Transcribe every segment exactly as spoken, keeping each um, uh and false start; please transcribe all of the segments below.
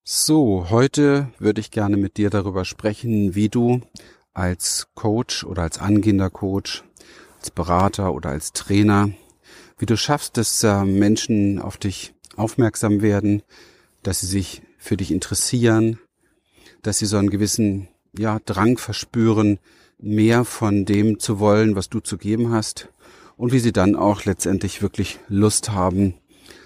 So, heute würde ich gerne mit dir darüber sprechen, wie du als Coach oder als angehender Coach, als Berater oder als Trainer, wie du schaffst, dass äh, Menschen auf dich aufmerksam werden, dass sie sich für dich interessieren, dass sie so einen gewissen ja, Drang verspüren, mehr von dem zu wollen, was du zu geben hast, und wie sie dann auch letztendlich wirklich Lust haben,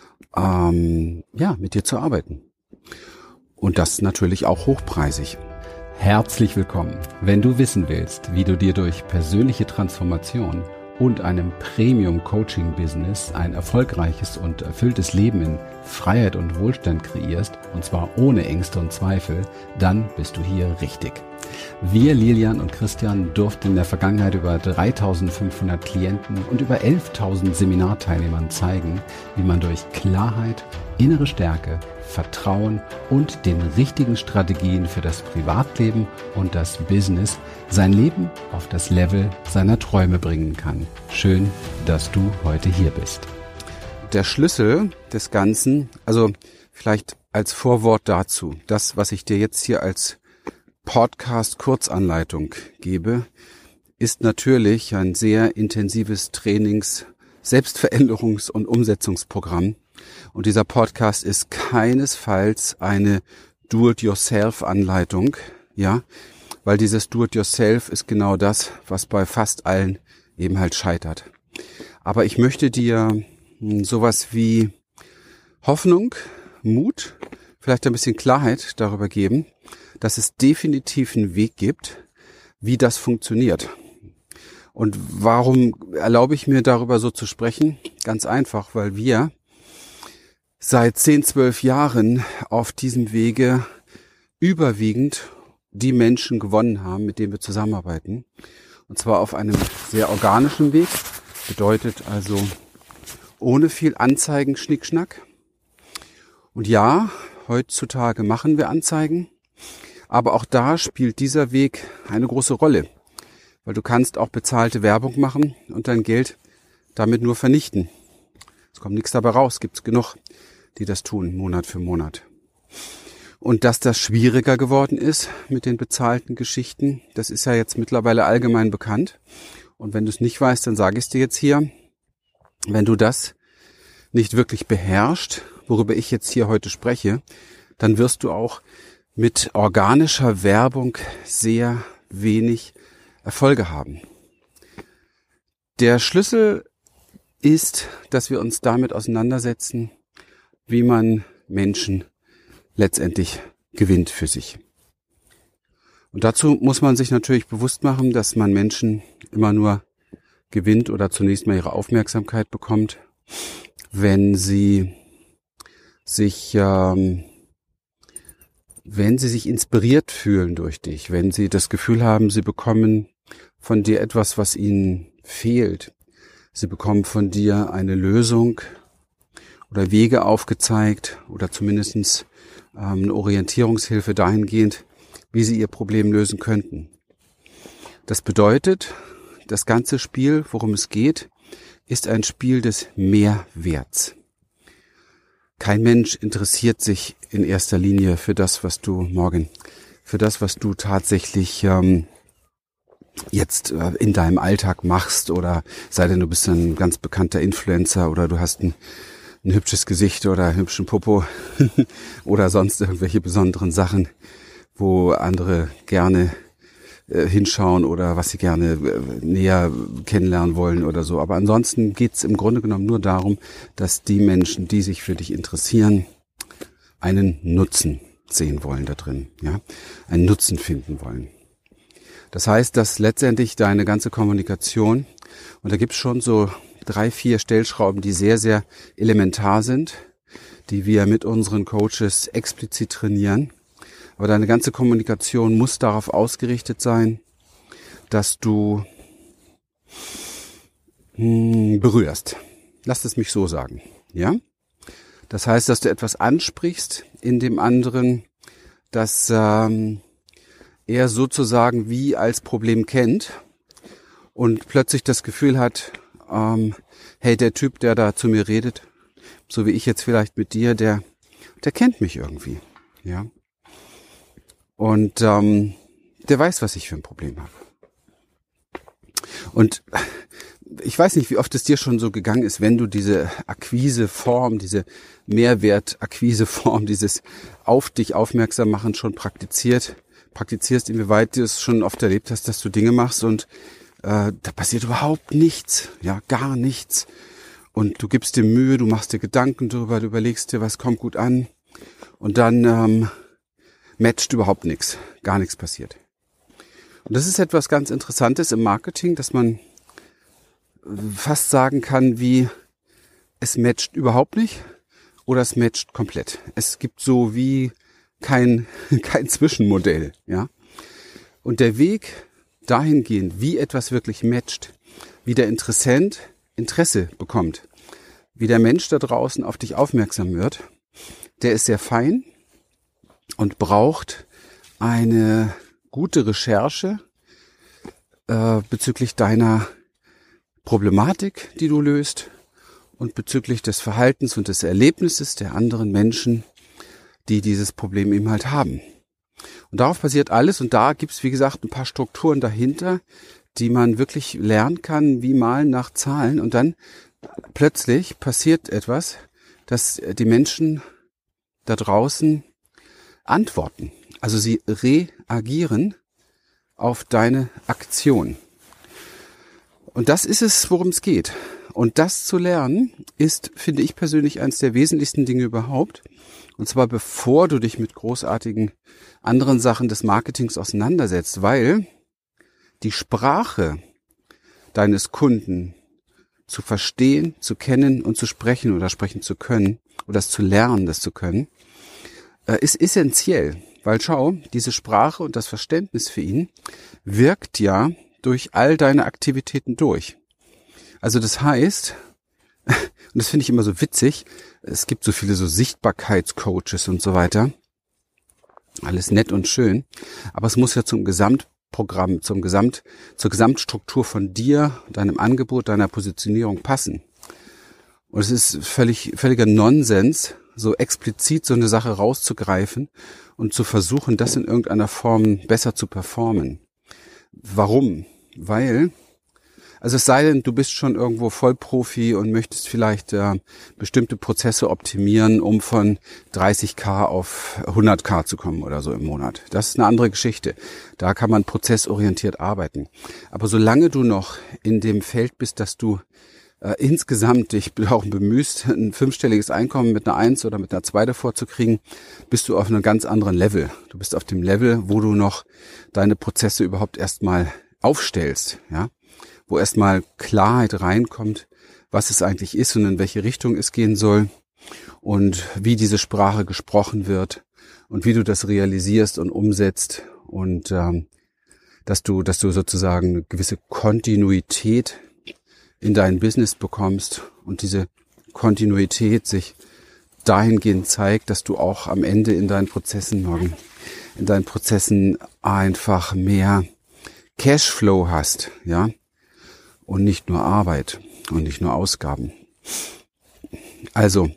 ähm, ja, mit dir zu arbeiten. Und das natürlich auch hochpreisig. Herzlich willkommen. Wenn du wissen willst, wie du dir durch persönliche Transformation und einem Premium-Coaching-Business ein erfolgreiches und erfülltes Leben in Freiheit und Wohlstand kreierst, und zwar ohne Ängste und Zweifel, dann bist du hier richtig. Wir, Lilian und Christian, durften in der Vergangenheit über dreitausendfünfhundert Klienten und über elftausend Seminarteilnehmern zeigen, wie man durch Klarheit, innere Stärke, Vertrauen und den richtigen Strategien für das Privatleben und das Business sein Leben auf das Level seiner Träume bringen kann. Schön, dass du heute hier bist. Der Schlüssel des Ganzen, also vielleicht als Vorwort dazu, das, was ich dir jetzt hier als Podcast-Kurzanleitung gebe, ist natürlich ein sehr intensives Trainings-, Selbstveränderungs- und Umsetzungsprogramm. Und dieser Podcast ist keinesfalls eine Do-it-yourself-Anleitung, ja, weil dieses Do-it-yourself ist genau das, was bei fast allen eben halt scheitert. Aber ich möchte dir sowas wie Hoffnung, Mut, vielleicht ein bisschen Klarheit darüber geben, dass es definitiv einen Weg gibt, wie das funktioniert. Und warum erlaube ich mir darüber so zu sprechen? Ganz einfach, weil wir seit zehn, zwölf Jahren auf diesem Wege überwiegend die Menschen gewonnen haben, mit denen wir zusammenarbeiten. Und zwar auf einem sehr organischen Weg. Bedeutet also ohne viel Anzeigen, Schnickschnack. Und ja, heutzutage machen wir Anzeigen. Aber auch da spielt dieser Weg eine große Rolle. Weil du kannst auch bezahlte Werbung machen und dein Geld damit nur vernichten. Es kommt nichts dabei raus, gibt's genug, die das tun, Monat für Monat. Und dass das schwieriger geworden ist mit den bezahlten Geschichten, das ist ja jetzt mittlerweile allgemein bekannt. Und wenn du es nicht weißt, dann sage ich es dir jetzt hier. Wenn du das nicht wirklich beherrschst, worüber ich jetzt hier heute spreche, dann wirst du auch mit organischer Werbung sehr wenig Erfolge haben. Der Schlüssel ist, dass wir uns damit auseinandersetzen, wie man Menschen letztendlich gewinnt für sich. Und dazu muss man sich natürlich bewusst machen, dass man Menschen immer nur gewinnt oder zunächst mal ihre Aufmerksamkeit bekommt, wenn sie sich ähm, wenn sie sich inspiriert fühlen durch dich, wenn sie das Gefühl haben, sie bekommen von dir etwas, was ihnen fehlt. Sie bekommen von dir eine Lösung oder Wege aufgezeigt oder zumindest ähm, eine Orientierungshilfe dahingehend, wie sie ihr Problem lösen könnten. Das bedeutet, das ganze Spiel, worum es geht, ist ein Spiel des Mehrwerts. Kein Mensch interessiert sich in erster Linie für das, was du morgen, für das, was du tatsächlich ähm, jetzt äh, in deinem Alltag machst, oder sei denn du bist ein ganz bekannter Influencer oder du hast ein, ein hübsches Gesicht oder einen hübschen Popo oder sonst irgendwelche besonderen Sachen, wo andere gerne äh, hinschauen oder was sie gerne äh, näher kennenlernen wollen oder so. Aber ansonsten geht's im Grunde genommen nur darum, dass die Menschen, die sich für dich interessieren, einen Nutzen sehen wollen da drin, ja, einen Nutzen finden wollen. Das heißt, dass letztendlich deine ganze Kommunikation, und da gibt's schon so drei, vier Stellschrauben, die sehr, sehr elementar sind, die wir mit unseren Coaches explizit trainieren. Aber deine ganze Kommunikation muss darauf ausgerichtet sein, dass du hm, berührst. Lass es mich so sagen, ja? Das heißt, dass du etwas ansprichst in dem anderen, das ähm, er sozusagen wie als Problem kennt und plötzlich das Gefühl hat, ähm, hey, der Typ, der da zu mir redet, so wie ich jetzt vielleicht mit dir, der, der kennt mich irgendwie. ja. Und ähm, der weiß, was ich für ein Problem habe. Und ich weiß nicht, wie oft es dir schon so gegangen ist, wenn du diese Akquiseform, diese Mehrwert-Akquiseform, dieses auf dich aufmerksam machen schon praktiziert, praktizierst, inwieweit du es schon oft erlebt hast, dass du Dinge machst und äh, da passiert überhaupt nichts, ja, gar nichts. Und du gibst dir Mühe, du machst dir Gedanken darüber, du überlegst dir, was kommt gut an und dann ähm, matcht überhaupt nichts, gar nichts passiert. Und das ist etwas ganz Interessantes im Marketing, dass man fast sagen kann, wie es matcht überhaupt nicht oder es matcht komplett. Es gibt so wie kein kein Zwischenmodell, ja. Und der Weg dahingehend, wie etwas wirklich matcht, wie der Interessent Interesse bekommt, wie der Mensch da draußen auf dich aufmerksam wird, der ist sehr fein und braucht eine gute Recherche äh, bezüglich deiner Problematik, die du löst und bezüglich des Verhaltens und des Erlebnisses der anderen Menschen, die dieses Problem eben halt haben. Und darauf basiert alles und da gibt's, wie gesagt, ein paar Strukturen dahinter, die man wirklich lernen kann, wie malen nach Zahlen und dann plötzlich passiert etwas, dass die Menschen da draußen antworten. Also sie reagieren auf deine Aktion. Und das ist es, worum es geht. Und das zu lernen, ist, finde ich persönlich, eines der wesentlichsten Dinge überhaupt. Und zwar bevor du dich mit großartigen anderen Sachen des Marketings auseinandersetzt, weil die Sprache deines Kunden zu verstehen, zu kennen und zu sprechen oder sprechen zu können oder das zu lernen, das zu können, ist essentiell. Weil schau, diese Sprache und das Verständnis für ihn wirkt ja durch all deine Aktivitäten durch. Also das heißt, und das finde ich immer so witzig, es gibt so viele so Sichtbarkeitscoaches und so weiter, alles nett und schön, aber es muss ja zum Gesamtprogramm, zum Gesamt, zur Gesamtstruktur von dir, deinem Angebot, deiner Positionierung passen. Und es ist völlig, völliger Nonsens, so explizit so eine Sache rauszugreifen und zu versuchen, das in irgendeiner Form besser zu performen. Warum? Weil, also es sei denn, du bist schon irgendwo Vollprofi und möchtest vielleicht äh, bestimmte Prozesse optimieren, um von dreißigtausend auf hunderttausend zu kommen oder so im Monat. Das ist eine andere Geschichte. Da kann man prozessorientiert arbeiten. Aber solange du noch in dem Feld bist, dass du äh, insgesamt dich auch bemühst, ein fünfstelliges Einkommen mit einer Eins oder mit einer Zwei davor zu kriegen, bist du auf einem ganz anderen Level. Du bist auf dem Level, wo du noch deine Prozesse überhaupt erstmal aufstellst, ja, wo erstmal Klarheit reinkommt, was es eigentlich ist und in welche Richtung es gehen soll und wie diese Sprache gesprochen wird und wie du das realisierst und umsetzt und ähm, dass du, dass du sozusagen eine gewisse Kontinuität in dein Business bekommst und diese Kontinuität sich dahingehend zeigt, dass du auch am Ende in deinen Prozessen morgen, in deinen Prozessen einfach mehr Cashflow hast, ja, und nicht nur Arbeit und nicht nur Ausgaben. Also,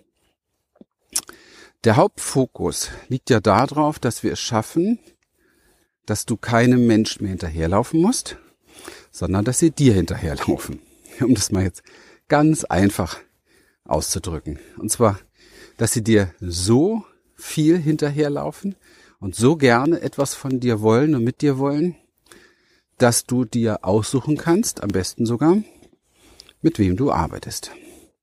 der Hauptfokus liegt ja darauf, dass wir es schaffen, dass du keinem Menschen mehr hinterherlaufen musst, sondern dass sie dir hinterherlaufen. Um das mal jetzt ganz einfach auszudrücken. Und zwar, dass sie dir so viel hinterherlaufen und so gerne etwas von dir wollen und mit dir wollen, dass du dir aussuchen kannst, am besten sogar, mit wem du arbeitest.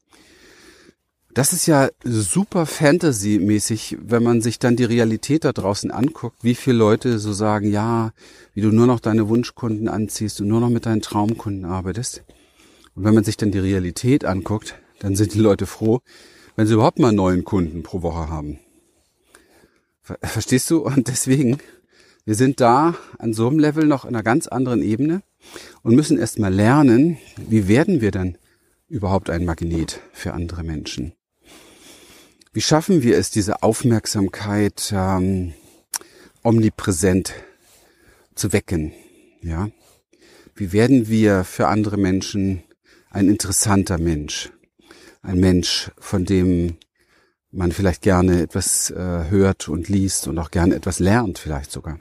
Das ist ja super Fantasy-mäßig, wenn man sich dann die Realität da draußen anguckt, wie viele Leute so sagen, ja, wie du nur noch deine Wunschkunden anziehst und nur noch mit deinen Traumkunden arbeitest. Und wenn man sich dann die Realität anguckt, dann sind die Leute froh, wenn sie überhaupt mal neun Kunden pro Woche haben. Verstehst du? Und deswegen, wir sind da an so einem Level noch in einer ganz anderen Ebene und müssen erst mal lernen, wie werden wir dann überhaupt ein Magnet für andere Menschen? Wie schaffen wir es, diese Aufmerksamkeit ähm, omnipräsent zu wecken? Ja? Wie werden wir für andere Menschen ein interessanter Mensch? Ein Mensch, von dem man vielleicht gerne etwas äh, hört und liest und auch gerne etwas lernt vielleicht sogar.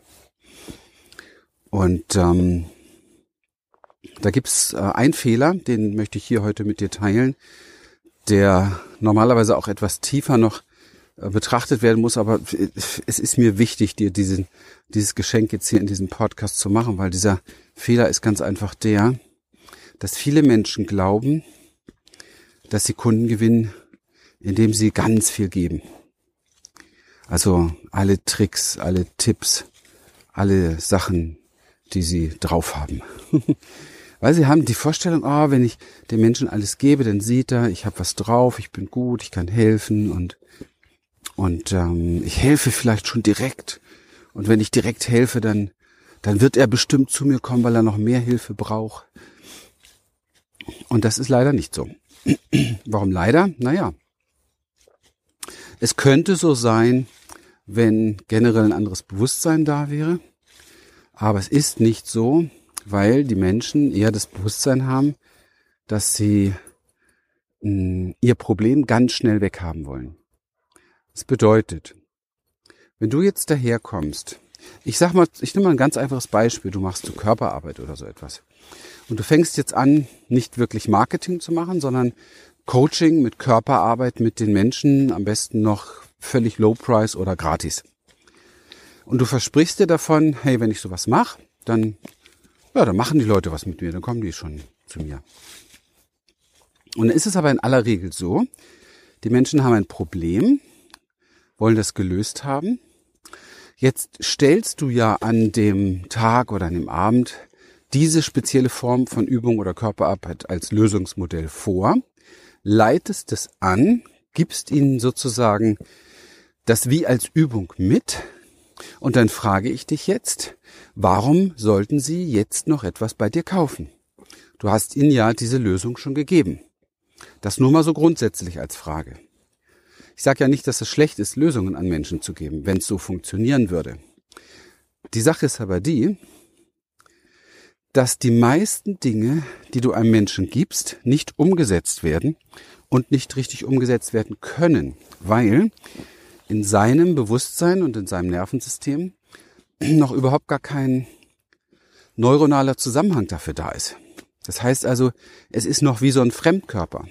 Und ähm, da gibt's äh, einen Fehler, den möchte ich hier heute mit dir teilen, der normalerweise auch etwas tiefer noch äh, betrachtet werden muss, aber es ist mir wichtig, dir diesen, dieses Geschenk jetzt hier in diesem Podcast zu machen, weil dieser Fehler ist ganz einfach der, dass viele Menschen glauben, dass sie Kunden gewinnen, indem sie ganz viel geben. Also alle Tricks, alle Tipps, alle Sachen, die sie drauf haben. Weil sie haben die Vorstellung, oh, wenn ich dem Menschen alles gebe, dann sieht er, ich habe was drauf, ich bin gut, ich kann helfen und und ähm, ich helfe vielleicht schon direkt. Und wenn ich direkt helfe, dann dann wird er bestimmt zu mir kommen, weil er noch mehr Hilfe braucht. Und das ist leider nicht so. Warum leider? Naja, es könnte so sein, wenn generell ein anderes Bewusstsein da wäre. Aber es ist nicht so, weil die Menschen eher das Bewusstsein haben, dass sie mh, ihr Problem ganz schnell weghaben wollen. Das bedeutet, wenn du jetzt daherkommst, ich sag mal, ich nehme mal ein ganz einfaches Beispiel, du machst so Körperarbeit oder so etwas. Und du fängst jetzt an, nicht wirklich Marketing zu machen, sondern Coaching mit Körperarbeit mit den Menschen, am besten noch völlig low price oder gratis. Und du versprichst dir davon, hey, wenn ich sowas mache, dann, ja, dann machen die Leute was mit mir, dann kommen die schon zu mir. Und dann ist es aber in aller Regel so, die Menschen haben ein Problem, wollen das gelöst haben. Jetzt stellst du ja an dem Tag oder an dem Abend diese spezielle Form von Übung oder Körperarbeit als Lösungsmodell vor, leitest es an, gibst ihnen sozusagen das wie als Übung mit und dann frage ich dich jetzt, warum sollten sie jetzt noch etwas bei dir kaufen? Du hast ihnen ja diese Lösung schon gegeben. Das nur mal so grundsätzlich als Frage. Ich sage ja nicht, dass es schlecht ist, Lösungen an Menschen zu geben, wenn es so funktionieren würde. Die Sache ist aber die, dass die meisten Dinge, die du einem Menschen gibst, nicht umgesetzt werden und nicht richtig umgesetzt werden können, weil in seinem Bewusstsein und in seinem Nervensystem noch überhaupt gar kein neuronaler Zusammenhang dafür da ist. Das heißt also, es ist noch wie so ein Fremdkörper.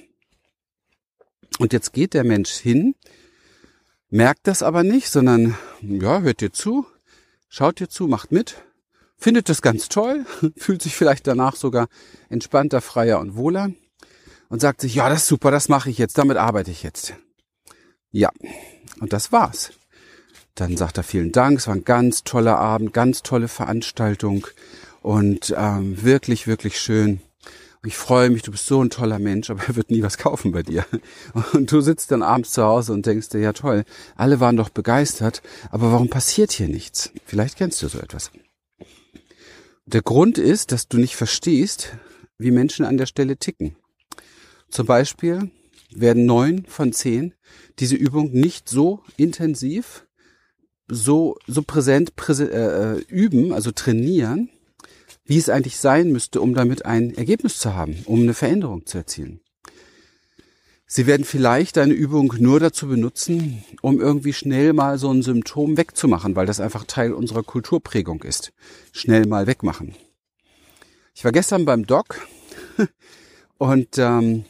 Und jetzt geht der Mensch hin, merkt das aber nicht, sondern ja, hört dir zu, schaut dir zu, macht mit, findet das ganz toll, fühlt sich vielleicht danach sogar entspannter, freier und wohler und sagt sich, ja, das ist super, das mache ich jetzt, damit arbeite ich jetzt. Ja, und das war's. Dann sagt er vielen Dank, es war ein ganz toller Abend, ganz tolle Veranstaltung und ähm, wirklich, wirklich schön. Ich freue mich, du bist so ein toller Mensch, aber er wird nie was kaufen bei dir. Und du sitzt dann abends zu Hause und denkst dir, ja toll, alle waren doch begeistert, aber warum passiert hier nichts? Vielleicht kennst du so etwas. Der Grund ist, dass du nicht verstehst, wie Menschen an der Stelle ticken. Zum Beispiel werden neun von zehn diese Übung nicht so intensiv, so so präsent präse, äh, üben, also trainieren, wie es eigentlich sein müsste, um damit ein Ergebnis zu haben, um eine Veränderung zu erzielen. Sie werden vielleicht eine Übung nur dazu benutzen, um irgendwie schnell mal so ein Symptom wegzumachen, weil das einfach Teil unserer Kulturprägung ist. Schnell mal wegmachen. Ich war gestern beim Doc und ähm,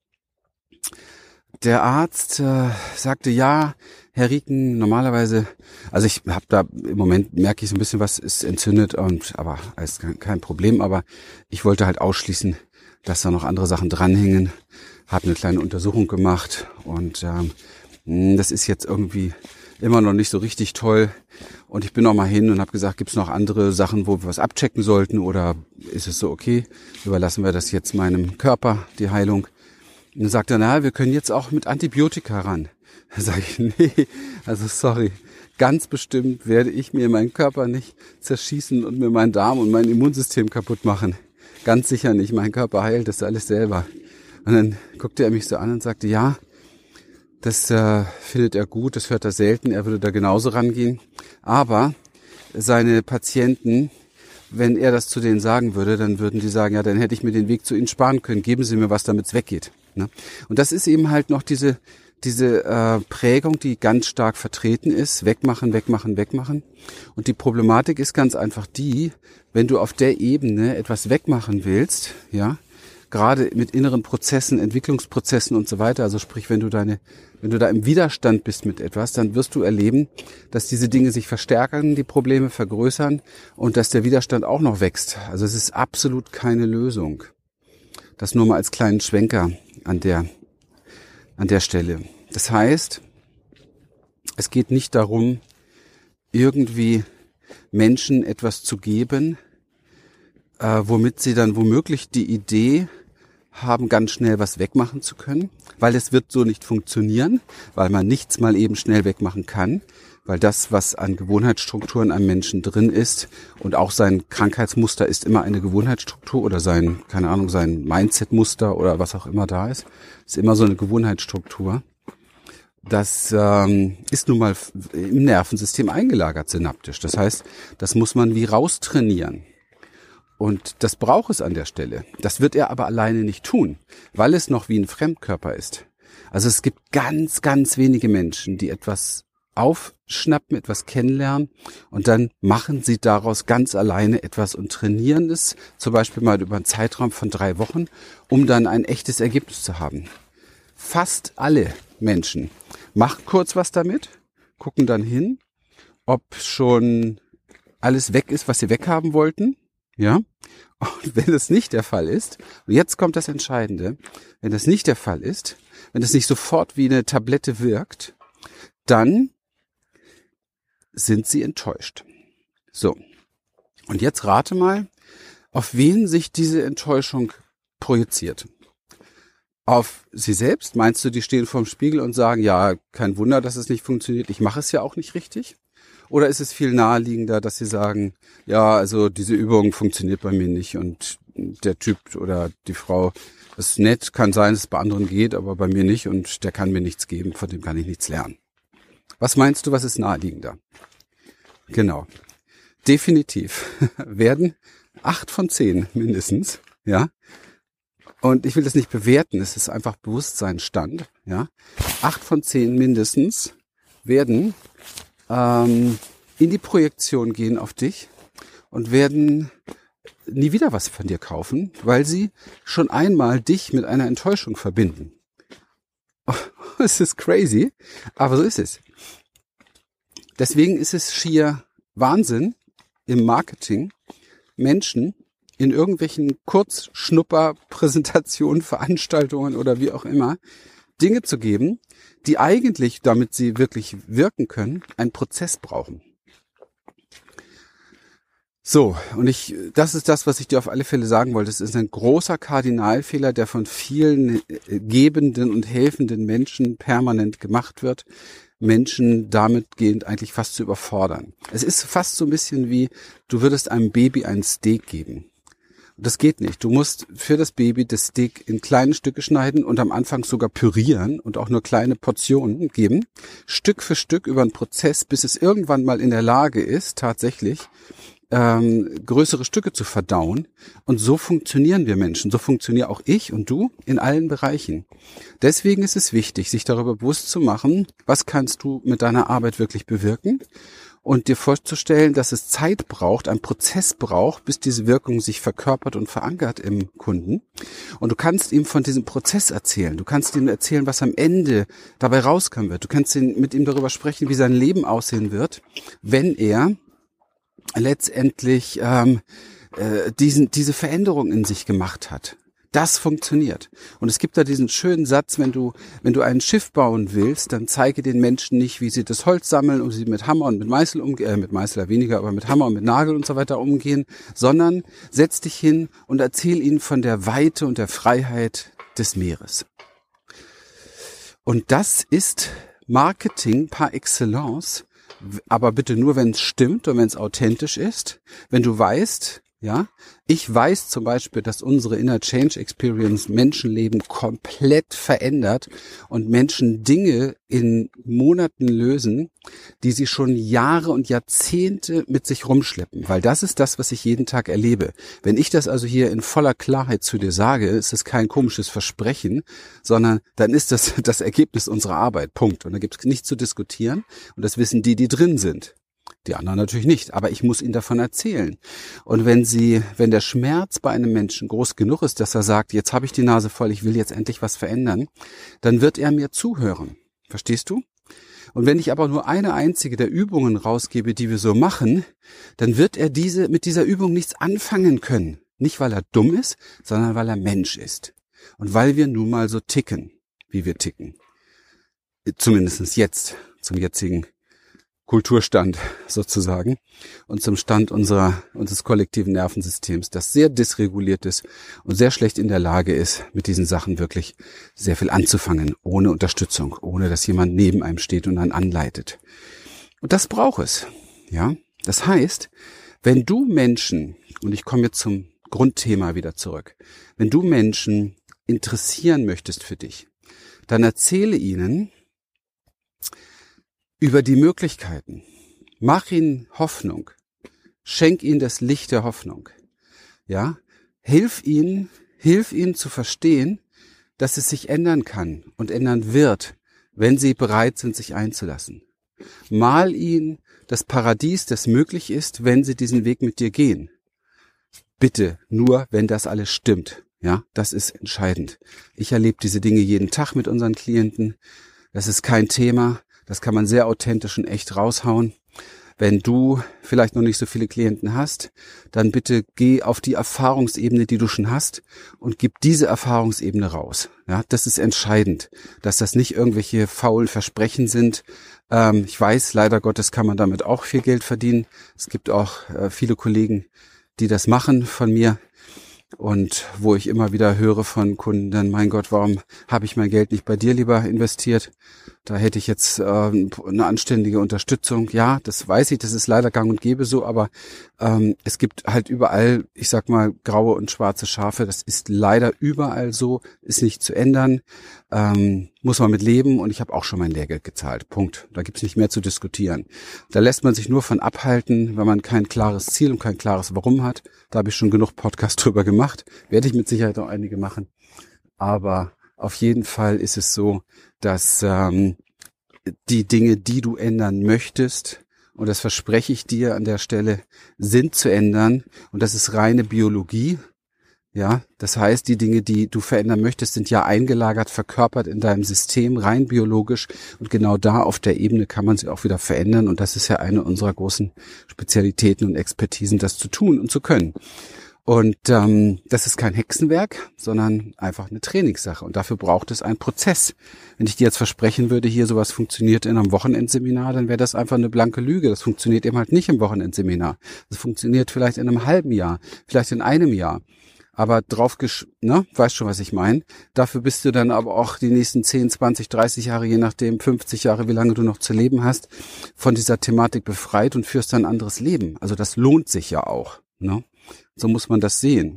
der Arzt äh, sagte, ja, Herr Rieken, normalerweise, also ich habe da im Moment, merke ich so ein bisschen, was ist entzündet, und aber ist kein Problem, aber ich wollte halt ausschließen, dass da noch andere Sachen dranhängen, habe eine kleine Untersuchung gemacht und ähm, das ist jetzt irgendwie immer noch nicht so richtig toll und ich bin noch mal hin und habe gesagt, gibt's noch andere Sachen, wo wir was abchecken sollten oder ist es so okay, überlassen wir das jetzt meinem Körper, die Heilung. Und dann sagt er, na, wir können jetzt auch mit Antibiotika ran. Da sage ich, nee, also sorry, ganz bestimmt werde ich mir meinen Körper nicht zerschießen und mir meinen Darm und mein Immunsystem kaputt machen. Ganz sicher nicht, mein Körper heilt das alles selber. Und dann guckte er mich so an und sagte, ja, das äh, findet er gut, das hört er selten, er würde da genauso rangehen. Aber seine Patienten, wenn er das zu denen sagen würde, dann würden die sagen, ja, dann hätte ich mir den Weg zu ihnen sparen können, geben Sie mir was, damit es weggeht. Ne? Und das ist eben halt noch diese diese äh, Prägung, die ganz stark vertreten ist, wegmachen, wegmachen, wegmachen. Und die Problematik ist ganz einfach die, wenn du auf der Ebene etwas wegmachen willst, ja, gerade mit inneren Prozessen, Entwicklungsprozessen und so weiter, also sprich, wenn du deine, wenn du da im Widerstand bist mit etwas, dann wirst du erleben, dass diese Dinge sich verstärken, die Probleme vergrößern und dass der Widerstand auch noch wächst. Also es ist absolut keine Lösung. Das nur mal als kleinen Schwenker an der, an der Stelle. Das heißt, es geht nicht darum, irgendwie Menschen etwas zu geben, äh, womit sie dann womöglich die Idee haben, ganz schnell was wegmachen zu können, weil es wird so nicht funktionieren, weil man nichts mal eben schnell wegmachen kann, weil das, was an Gewohnheitsstrukturen am Menschen drin ist und auch sein Krankheitsmuster ist immer eine Gewohnheitsstruktur oder sein, keine Ahnung, sein Mindset-Muster oder was auch immer da ist, ist immer so eine Gewohnheitsstruktur. Das ähm, ist nun mal im Nervensystem eingelagert synaptisch. Das heißt, das muss man wie raustrainieren. Und das braucht es an der Stelle. Das wird er aber alleine nicht tun, weil es noch wie ein Fremdkörper ist. Also es gibt ganz, ganz wenige Menschen, die etwas aufschnappen, etwas kennenlernen und dann machen sie daraus ganz alleine etwas und trainieren es, zum Beispiel mal über einen Zeitraum von drei Wochen, um dann ein echtes Ergebnis zu haben. Fast alle Menschen machen kurz was damit, gucken dann hin, ob schon alles weg ist, was sie weghaben wollten. Ja, und wenn das nicht der Fall ist, und jetzt kommt das Entscheidende, wenn das nicht der Fall ist, wenn das nicht sofort wie eine Tablette wirkt, dann sind sie enttäuscht. So, und jetzt rate mal, auf wen sich diese Enttäuschung projiziert. Auf sie selbst? Meinst du, die stehen vorm Spiegel und sagen, ja, kein Wunder, dass es nicht funktioniert, ich mache es ja auch nicht richtig? Oder ist es viel naheliegender, dass sie sagen, ja, also diese Übung funktioniert bei mir nicht und der Typ oder die Frau ist nett, kann sein, dass es bei anderen geht, aber bei mir nicht und der kann mir nichts geben, von dem kann ich nichts lernen. Was meinst du, was ist naheliegender? Genau. Definitiv werden acht von zehn mindestens, ja. Und ich will das nicht bewerten, es ist einfach Bewusstseinsstand, ja. Acht von zehn mindestens werden ähm, in die Projektion gehen auf dich und werden nie wieder was von dir kaufen, weil sie schon einmal dich mit einer Enttäuschung verbinden. Oh, es ist crazy, aber so ist es. Deswegen ist es schier Wahnsinn im Marketing, Menschen in irgendwelchen Kurzschnupper-Präsentationen, Veranstaltungen oder wie auch immer, Dinge zu geben, die eigentlich, damit sie wirklich wirken können, einen Prozess brauchen. So, und ich, das ist das, was ich dir auf alle Fälle sagen wollte. Es ist ein großer Kardinalfehler, der von vielen gebenden und helfenden Menschen permanent gemacht wird, Menschen damit gehend eigentlich fast zu überfordern. Es ist fast so ein bisschen wie, du würdest einem Baby ein Steak geben. Das geht nicht. Du musst für das Baby das Steak in kleine Stücke schneiden und am Anfang sogar pürieren und auch nur kleine Portionen geben. Stück für Stück über einen Prozess, bis es irgendwann mal in der Lage ist, tatsächlich ähm, größere Stücke zu verdauen. Und so funktionieren wir Menschen. So funktionieren auch ich und du in allen Bereichen. Deswegen ist es wichtig, sich darüber bewusst zu machen, was kannst du mit deiner Arbeit wirklich bewirken? Und dir vorzustellen, dass es Zeit braucht, einen Prozess braucht, bis diese Wirkung sich verkörpert und verankert im Kunden. Und du kannst ihm von diesem Prozess erzählen. Du kannst ihm erzählen, was am Ende dabei rauskommen wird. Du kannst ihn, mit ihm darüber sprechen, wie sein Leben aussehen wird, wenn er letztendlich ähm, äh, diesen, diese Veränderung in sich gemacht hat. Das funktioniert. Und es gibt da diesen schönen Satz, wenn du, wenn du ein Schiff bauen willst, dann zeige den Menschen nicht, wie sie das Holz sammeln und sie mit Hammer und mit Meißel umgehen, äh, mit Meißel weniger, aber mit Hammer und mit Nagel und so weiter umgehen, sondern setz dich hin und erzähl ihnen von der Weite und der Freiheit des Meeres. Und das ist Marketing par excellence, aber bitte nur, wenn es stimmt und wenn es authentisch ist, wenn du weißt, Ja, ich weiß zum Beispiel, dass unsere Inner Change Experience Menschenleben komplett verändert und Menschen Dinge in Monaten lösen, die sie schon Jahre und Jahrzehnte mit sich rumschleppen, weil das ist das, was ich jeden Tag erlebe. Wenn ich das also hier in voller Klarheit zu dir sage, ist es kein komisches Versprechen, sondern dann ist das das Ergebnis unserer Arbeit, Punkt. Und da gibt es nichts zu diskutieren und das wissen die, die drin sind. Die anderen natürlich nicht, aber ich muss ihnen davon erzählen. Und wenn sie, wenn der Schmerz bei einem Menschen groß genug ist, dass er sagt, jetzt habe ich die Nase voll, ich will jetzt endlich was verändern, dann wird er mir zuhören. Verstehst du? Und wenn ich aber nur eine einzige der Übungen rausgebe, die wir so machen, dann wird er diese, mit dieser Übung nichts anfangen können. Nicht, weil er dumm ist, sondern weil er Mensch ist. Und weil wir nun mal so ticken, wie wir ticken. Zumindest jetzt, zum jetzigen Kulturstand sozusagen und zum Stand unserer unseres kollektiven Nervensystems, das sehr dysreguliert ist und sehr schlecht in der Lage ist, mit diesen Sachen wirklich sehr viel anzufangen, ohne Unterstützung, ohne dass jemand neben einem steht und einen anleitet. Und das braucht es. Ja, das heißt, wenn du Menschen, und ich komme jetzt zum Grundthema wieder zurück, wenn du Menschen interessieren möchtest für dich, dann erzähle ihnen über die Möglichkeiten. Mach ihnen Hoffnung. Schenk ihnen das Licht der Hoffnung. Ja, hilf ihnen, hilf ihnen zu verstehen, dass es sich ändern kann und ändern wird, wenn sie bereit sind, sich einzulassen. Mal ihnen das Paradies, das möglich ist, wenn sie diesen Weg mit dir gehen. Bitte nur, wenn das alles stimmt. Ja, das ist entscheidend. Ich erlebe diese Dinge jeden Tag mit unseren Klienten. Das ist kein Thema. Das kann man sehr authentisch und echt raushauen. Wenn du vielleicht noch nicht so viele Klienten hast, dann bitte geh auf die Erfahrungsebene, die du schon hast, und gib diese Erfahrungsebene raus. Ja, das ist entscheidend, dass das nicht irgendwelche faulen Versprechen sind. Ähm, ich weiß, leider Gottes kann man damit auch viel Geld verdienen. Es gibt auch äh, viele Kollegen, die das machen von mir. Und wo ich immer wieder höre von Kunden, dann, mein Gott, warum habe ich mein Geld nicht bei dir lieber investiert? Da hätte ich jetzt äh, eine anständige Unterstützung. Ja, das weiß ich, das ist leider gang und gäbe so, aber ähm, es gibt halt überall, ich sag mal, graue und schwarze Schafe. Das ist leider überall so, ist nicht zu ändern, ähm, muss man mit leben, und ich habe auch schon mein Lehrgeld gezahlt. Punkt. Da gibt's nicht mehr zu diskutieren. Da lässt man sich nur von abhalten, wenn man kein klares Ziel und kein klares Warum hat. Da habe ich schon genug Podcasts drüber gemacht. Werde ich mit Sicherheit auch einige machen. Aber auf jeden Fall ist es so, dass ähm, die Dinge, die du ändern möchtest, und das verspreche ich dir an der Stelle, sind zu ändern. Und das ist reine Biologie. Ja, das heißt, die Dinge, die du verändern möchtest, sind ja eingelagert, verkörpert in deinem System, rein biologisch. Und genau da auf der Ebene kann man sie auch wieder verändern. Und das ist ja eine unserer großen Spezialitäten und Expertisen, das zu tun und zu können. Und ähm, das ist kein Hexenwerk, sondern einfach eine Trainingssache. Und dafür braucht es einen Prozess. Wenn ich dir jetzt versprechen würde, hier sowas funktioniert in einem Wochenendseminar, dann wäre das einfach eine blanke Lüge. Das funktioniert eben halt nicht im Wochenendseminar. Das funktioniert vielleicht in einem halben Jahr, vielleicht in einem Jahr. Aber drauf, gesch- ne, weißt schon, was ich meine. Dafür bist du dann aber auch die nächsten zehn, zwanzig, dreißig Jahre, je nachdem, fünfzig Jahre, wie lange du noch zu leben hast, von dieser Thematik befreit und führst dann ein anderes Leben. Also das lohnt sich ja auch, ne? So muss man das sehen.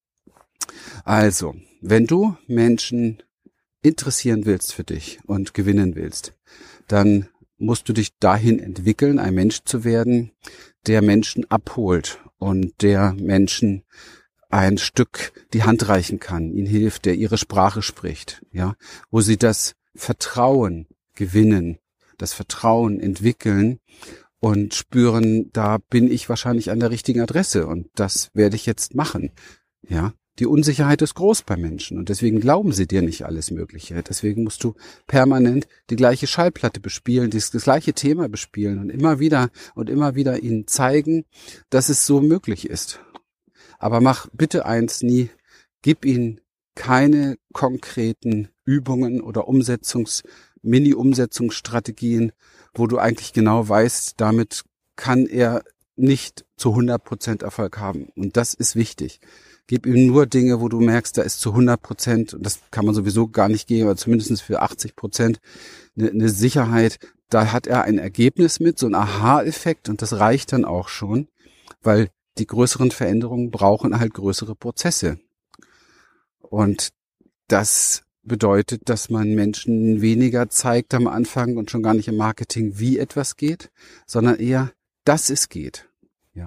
Also, wenn du Menschen interessieren willst für dich und gewinnen willst, dann musst du dich dahin entwickeln, ein Mensch zu werden, der Menschen abholt und der Menschen ein Stück die Hand reichen kann, ihnen hilft, der ihre Sprache spricht, ja, wo sie das Vertrauen gewinnen, das Vertrauen entwickeln und spüren, da bin ich wahrscheinlich an der richtigen Adresse und das werde ich jetzt machen, ja. Die Unsicherheit ist groß bei Menschen und deswegen glauben sie dir nicht alles Mögliche. Deswegen musst du permanent die gleiche Schallplatte bespielen, das, das gleiche Thema bespielen und immer wieder und immer wieder ihnen zeigen, dass es so möglich ist. Aber mach bitte eins nie, gib ihnen keine konkreten Übungen oder Umsetzungs, Mini-Umsetzungsstrategien, wo du eigentlich genau weißt, damit kann er nicht zu hundert Prozent Erfolg haben. Und das ist wichtig. Gib ihm nur Dinge, wo du merkst, da ist zu hundert Prozent, und das kann man sowieso gar nicht geben, aber zumindest für achtzig Prozent eine, eine Sicherheit. Da hat er ein Ergebnis mit, so ein Aha-Effekt, und das reicht dann auch schon, weil die größeren Veränderungen brauchen halt größere Prozesse. Und das bedeutet, dass man Menschen weniger zeigt am Anfang und schon gar nicht im Marketing, wie etwas geht, sondern eher, dass es geht. Ja.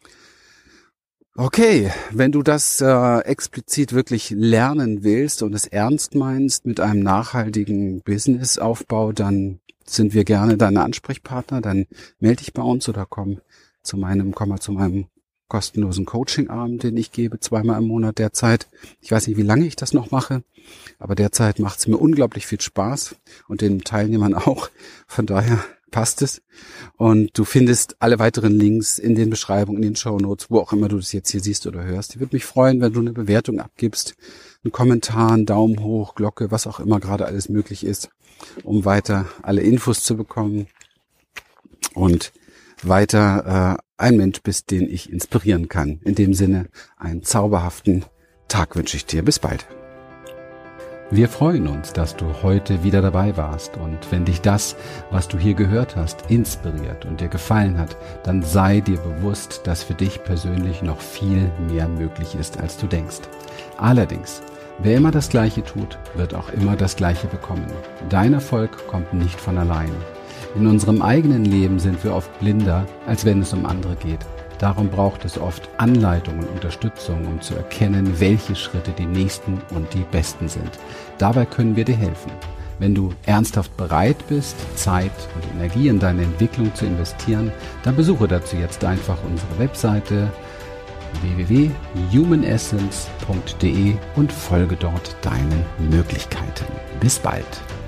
Okay, wenn du das äh, explizit wirklich lernen willst und es ernst meinst mit einem nachhaltigen Businessaufbau, dann sind wir gerne deine Ansprechpartner. Dann melde dich bei uns oder komm zu meinem, komm mal zu meinem kostenlosen Coaching-Abend, den ich gebe, zweimal im Monat derzeit. Ich weiß nicht, wie lange ich das noch mache, aber derzeit macht es mir unglaublich viel Spaß und den Teilnehmern auch. Von daher passt es. Und du findest alle weiteren Links in den Beschreibungen, in den Shownotes, wo auch immer du das jetzt hier siehst oder hörst. Ich würde mich freuen, wenn du eine Bewertung abgibst, einen Kommentar, einen Daumen hoch, Glocke, was auch immer gerade alles möglich ist, um weiter alle Infos zu bekommen und weiter äh, ein Mensch bist, den ich inspirieren kann. In dem Sinne, einen zauberhaften Tag wünsche ich dir. Bis bald. Wir freuen uns, dass du heute wieder dabei warst, und wenn dich das, was du hier gehört hast, inspiriert und dir gefallen hat, dann sei dir bewusst, dass für dich persönlich noch viel mehr möglich ist, als du denkst. Allerdings, wer immer das Gleiche tut, wird auch immer das Gleiche bekommen. Dein Erfolg kommt nicht von allein. In unserem eigenen Leben sind wir oft blinder, als wenn es um andere geht. Darum braucht es oft Anleitung und Unterstützung, um zu erkennen, welche Schritte die nächsten und die besten sind. Dabei können wir dir helfen. Wenn du ernsthaft bereit bist, Zeit und Energie in deine Entwicklung zu investieren, dann besuche dazu jetzt einfach unsere Webseite w w w punkt human essence punkt d e und folge dort deinen Möglichkeiten. Bis bald!